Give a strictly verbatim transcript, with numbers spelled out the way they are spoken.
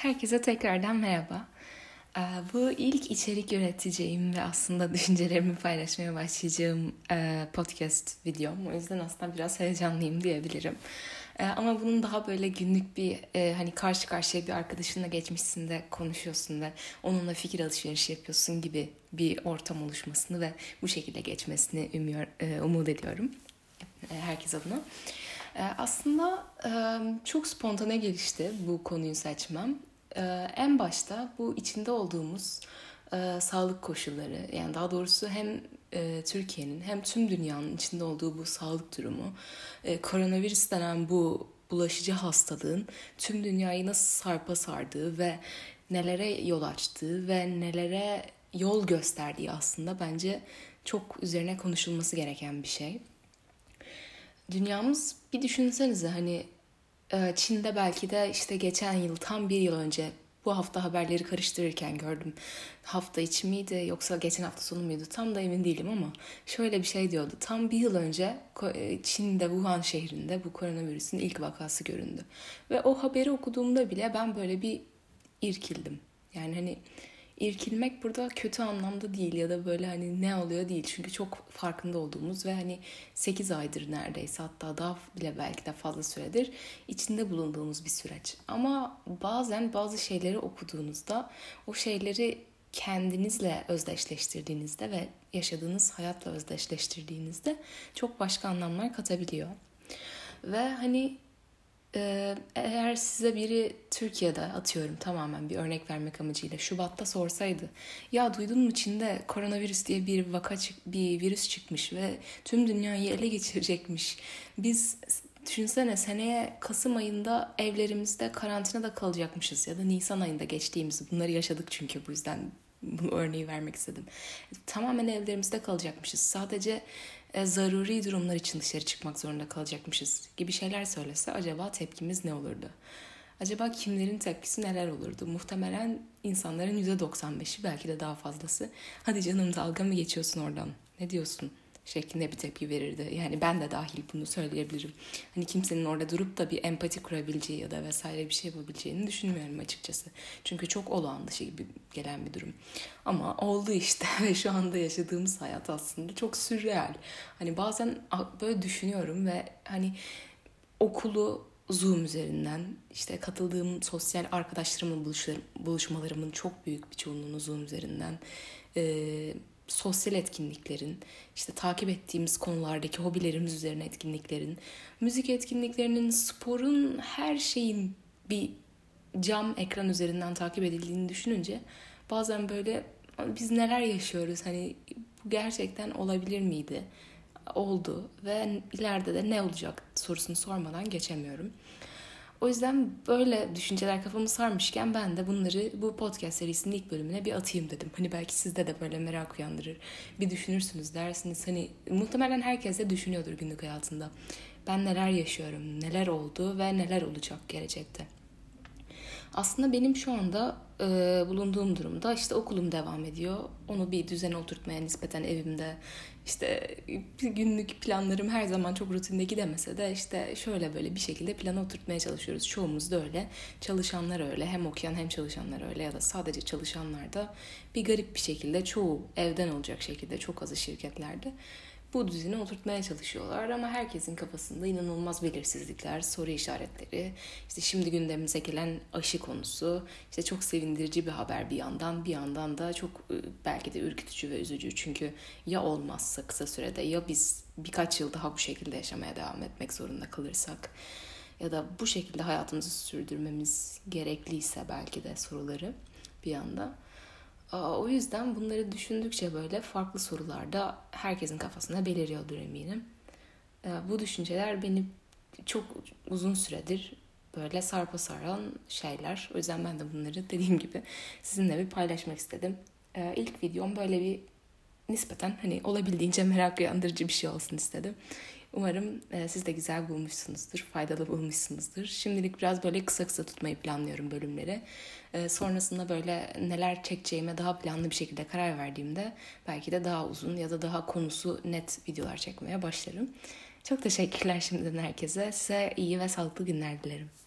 Herkese tekrardan merhaba. Ee, Bu ilk içerik üreteceğim ve aslında düşüncelerimi paylaşmaya başlayacağım e, podcast videom. O yüzden aslında biraz heyecanlıyım diyebilirim. Ee, Ama bunun daha böyle günlük bir e, hani karşı karşıya bir arkadaşınla geçmişsin de konuşuyorsun ve onunla fikir alışverişi yapıyorsun gibi bir ortam oluşmasını ve bu şekilde geçmesini umuyor, e, umut ediyorum e, herkes adına. E, Aslında e, çok spontane gelişti bu konuyu seçmem. Ee, en başta bu içinde olduğumuz e, sağlık koşulları, yani daha doğrusu hem e, Türkiye'nin hem tüm dünyanın içinde olduğu bu sağlık durumu, e, koronavirüs denen bu bulaşıcı hastalığın tüm dünyayı nasıl sarpa sardığı ve nelere yol açtığı ve nelere yol gösterdiği aslında bence çok üzerine konuşulması gereken bir şey. Dünyamız, bir düşünsenize, hani ee, Çin'de belki de işte geçen yıl, tam bir yıl önce, bu hafta haberleri karıştırırken gördüm. Hafta içi miydi yoksa geçen hafta sonu muydu tam da emin değilim ama şöyle bir şey diyordu. Tam bir yıl önce Çin'de, Wuhan şehrinde bu koronavirüsün ilk vakası göründü. Ve o haberi okuduğumda bile ben böyle bir irkildim. Yani hani irkilmek burada kötü anlamda değil ya da böyle hani ne oluyor değil. Çünkü çok farkında olduğumuz ve hani sekiz aydır neredeyse, hatta daha bile belki de fazla süredir içinde bulunduğumuz bir süreç. Ama bazen bazı şeyleri okuduğunuzda, o şeyleri kendinizle özdeşleştirdiğinizde ve yaşadığınız hayatla özdeşleştirdiğinizde çok başka anlamlar katabiliyor. Ve hani ee, eğer size biri Türkiye'de, atıyorum, tamamen bir örnek vermek amacıyla, Şubat'ta sorsaydı, ya duydun mu Çin'de koronavirüs diye bir vaka çık- bir virüs çıkmış ve tüm dünyayı ele geçirecekmiş. Biz, düşünsene, seneye Kasım ayında evlerimizde karantinada kalacakmışız ya da Nisan ayında, geçtiğimiz, bunları yaşadık çünkü bu yüzden bu örneği vermek istedim. Tamamen evlerimizde kalacakmışız. Sadece e, zaruri durumlar için dışarı çıkmak zorunda kalacakmışız gibi şeyler söylese acaba tepkimiz ne olurdu? Acaba kimlerin tepkisi neler olurdu? Muhtemelen insanların yüzde doksan beşi, belki de daha fazlası, hadi canım dalga mı geçiyorsun oradan, ne diyorsun şeklinde bir tepki verirdi. Yani ben de dahil bunu söyleyebilirim. Hani kimsenin orada durup da bir empati kurabileceği ya da vesaire bir şey yapabileceğini düşünmüyorum açıkçası. Çünkü çok olağan dışı gibi gelen bir durum. Ama oldu işte ve şu anda yaşadığımız hayat aslında çok sürreal. Hani bazen böyle düşünüyorum ve hani okulu Zoom üzerinden, işte katıldığım sosyal arkadaşlarımla buluşmalarımın çok büyük bir çoğunluğunu Zoom üzerinden, e, sosyal etkinliklerin, işte takip ettiğimiz konulardaki hobilerimiz üzerine etkinliklerin, müzik etkinliklerinin, sporun, her şeyin bir cam ekran üzerinden takip edildiğini düşününce bazen böyle, biz neler yaşıyoruz, hani bu gerçekten olabilir miydi? Oldu ve ileride de ne olacak sorusunu sormadan geçemiyorum. O yüzden böyle düşünceler kafamı sarmışken ben de bunları bu podcast serisinin ilk bölümüne bir atayım dedim. Hani belki sizde de böyle merak uyandırır. Bir düşünürsünüz, dersiniz hani, muhtemelen herkes de düşünüyordur günlük hayatında. Ben neler yaşıyorum, neler oldu ve neler olacak gelecekte. Aslında benim şu anda e, bulunduğum durumda, işte okulum devam ediyor. Onu bir düzene oturtmaya nispeten evimde, işte günlük planlarım her zaman çok rutinde gidemese de işte şöyle böyle bir şekilde plana oturtmaya çalışıyoruz. Çoğumuz da öyle. Çalışanlar öyle. Hem okuyan hem çalışanlar öyle, ya da sadece çalışanlar da bir garip bir şekilde, çoğu evden olacak şekilde, çok azı şirketlerde bu düzeni oturtmaya çalışıyorlar ama herkesin kafasında inanılmaz belirsizlikler, soru işaretleri. İşte şimdi gündemimize gelen aşı konusu, işte çok sevindirici bir haber bir yandan, bir yandan da çok belki de ürkütücü ve üzücü. Çünkü ya olmazsa kısa sürede, ya biz birkaç yıl daha bu şekilde yaşamaya devam etmek zorunda kalırsak ya da bu şekilde hayatımızı sürdürmemiz gerekliyse belki de, soruları bir yanda. O yüzden bunları düşündükçe böyle farklı sorular da herkesin kafasında beliriyordur eminim. Bu düşünceler beni çok uzun süredir böyle sarpa saran şeyler. O yüzden ben de bunları, dediğim gibi, sizinle bir paylaşmak istedim. İlk videom böyle bir nispeten hani olabildiğince merak uyandırıcı bir şey olsun istedim. Umarım e, siz de güzel bulmuşsunuzdur, faydalı bulmuşsunuzdur. Şimdilik biraz böyle kısa kısa tutmayı planlıyorum bölümleri. E, sonrasında böyle neler çekeceğime daha planlı bir şekilde karar verdiğimde belki de daha uzun ya da daha konusu net videolar çekmeye başlarım. Çok teşekkürler şimdiden herkese. Size iyi ve sağlıklı günler dilerim.